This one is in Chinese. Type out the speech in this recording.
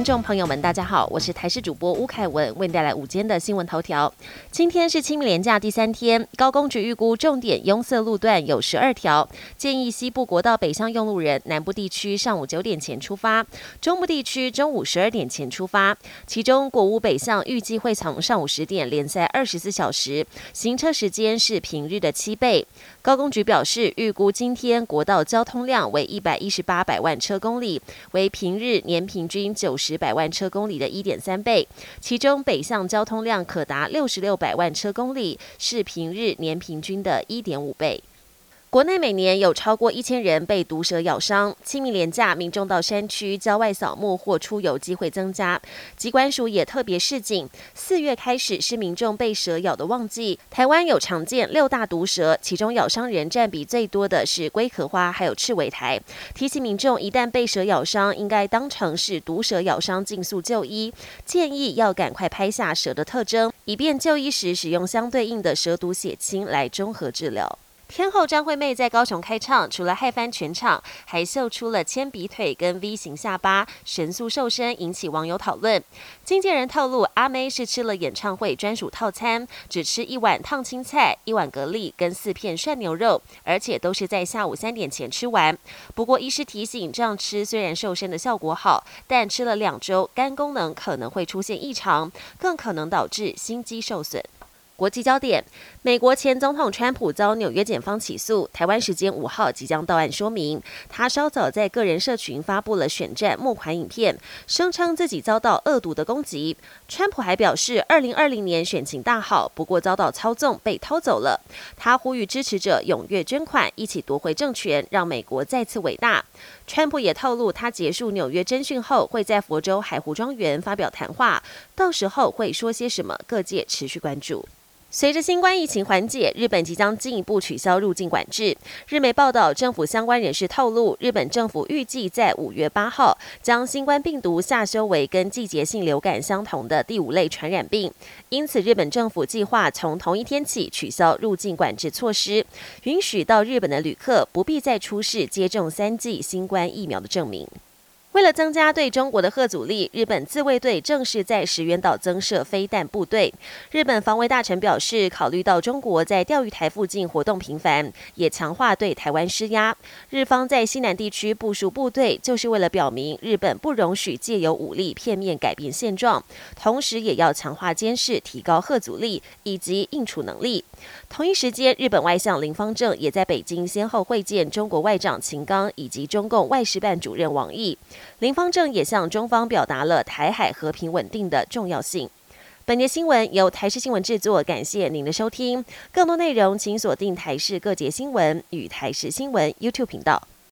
听众朋友们，大家好，我是台视主播吴凯文，为你带来午间的新闻头条。今天是清明连假第3天，高公局预估重点拥塞路段有12条，建议西部国道北向用路人，南部地区上午9点前出发，中部地区中午12点前出发。其中国五北向预计会从上午10点连塞24小时，行车时间是平日的7倍。高公局表示，预估今天国道交通量为118百万车公里，为平日年平均90百万车公里的1.3倍，其中北向交通量可达66百万车公里，是平日年平均的1.5倍。国内每年有超过1000人被毒蛇咬伤，清明连假民众到山区郊外扫墓或出游机会增加。疾管署也特别示警，4月开始是民众被蛇咬的旺季。台湾有常见6大毒蛇，其中咬伤人占比最多的是龟壳花还有赤尾苔。提醒民众一旦被蛇咬伤，应该当成是毒蛇咬伤，尽速就医。建议要赶快拍下蛇的特征，以便就医时使用相对应的蛇毒血清来综合治疗。天后张惠妹在高雄开唱，除了嗨翻全场，还秀出了铅笔腿跟 V 型下巴，神速瘦身，引起网友讨论。经纪人透露，阿妹是吃了演唱会专属套餐，只吃1碗烫青菜、1碗蛤蜊跟4片涮牛肉，而且都是在下午3点前吃完。不过医师提醒，这样吃虽然瘦身的效果好，但吃了2周，肝功能可能会出现异常，更可能导致心肌受损。国际焦点：美国前总统川普遭纽约检方起诉，台湾时间5号即将到案说明。他稍早在个人社群发布了选战募款影片，声称自己遭到恶毒的攻击。川普还表示，2020年选情大好，不过遭到操纵，被偷走了。他呼吁支持者踊跃捐款，一起夺回政权，让美国再次伟大。川普也透露，他结束纽约侦讯后，会在佛州海湖庄园发表谈话，到时候会说些什么，各界持续关注。随着新冠疫情缓解，日本即将进一步取消入境管制。日媒报道，政府相关人士透露，日本政府预计在5月8号将新冠病毒下修为跟季节性流感相同的第5类传染病，因此日本政府计划从同一天起取消入境管制措施，允许到日本的旅客不必再出示接种3剂新冠疫苗的证明。为了增加对中国的嚇阻力，日本自卫队正式在石垣岛增设飞弹部队。日本防卫大臣表示，考虑到中国在钓鱼台附近活动频繁，也强化对台湾施压。日方在西南地区部署部队，就是为了表明日本不容许借由武力片面改变现状，同时也要强化监视，提高嚇阻力以及应处能力。同一时间，日本外相林芳正也在北京先后会见中国外长秦刚以及中共外事办主任王毅。林芳正也向中方表达了台海和平稳定的重要性。本节新闻由台视新闻制作，感谢您的收听。更多内容请锁定台视各节新闻与台视新闻 YouTube 频道。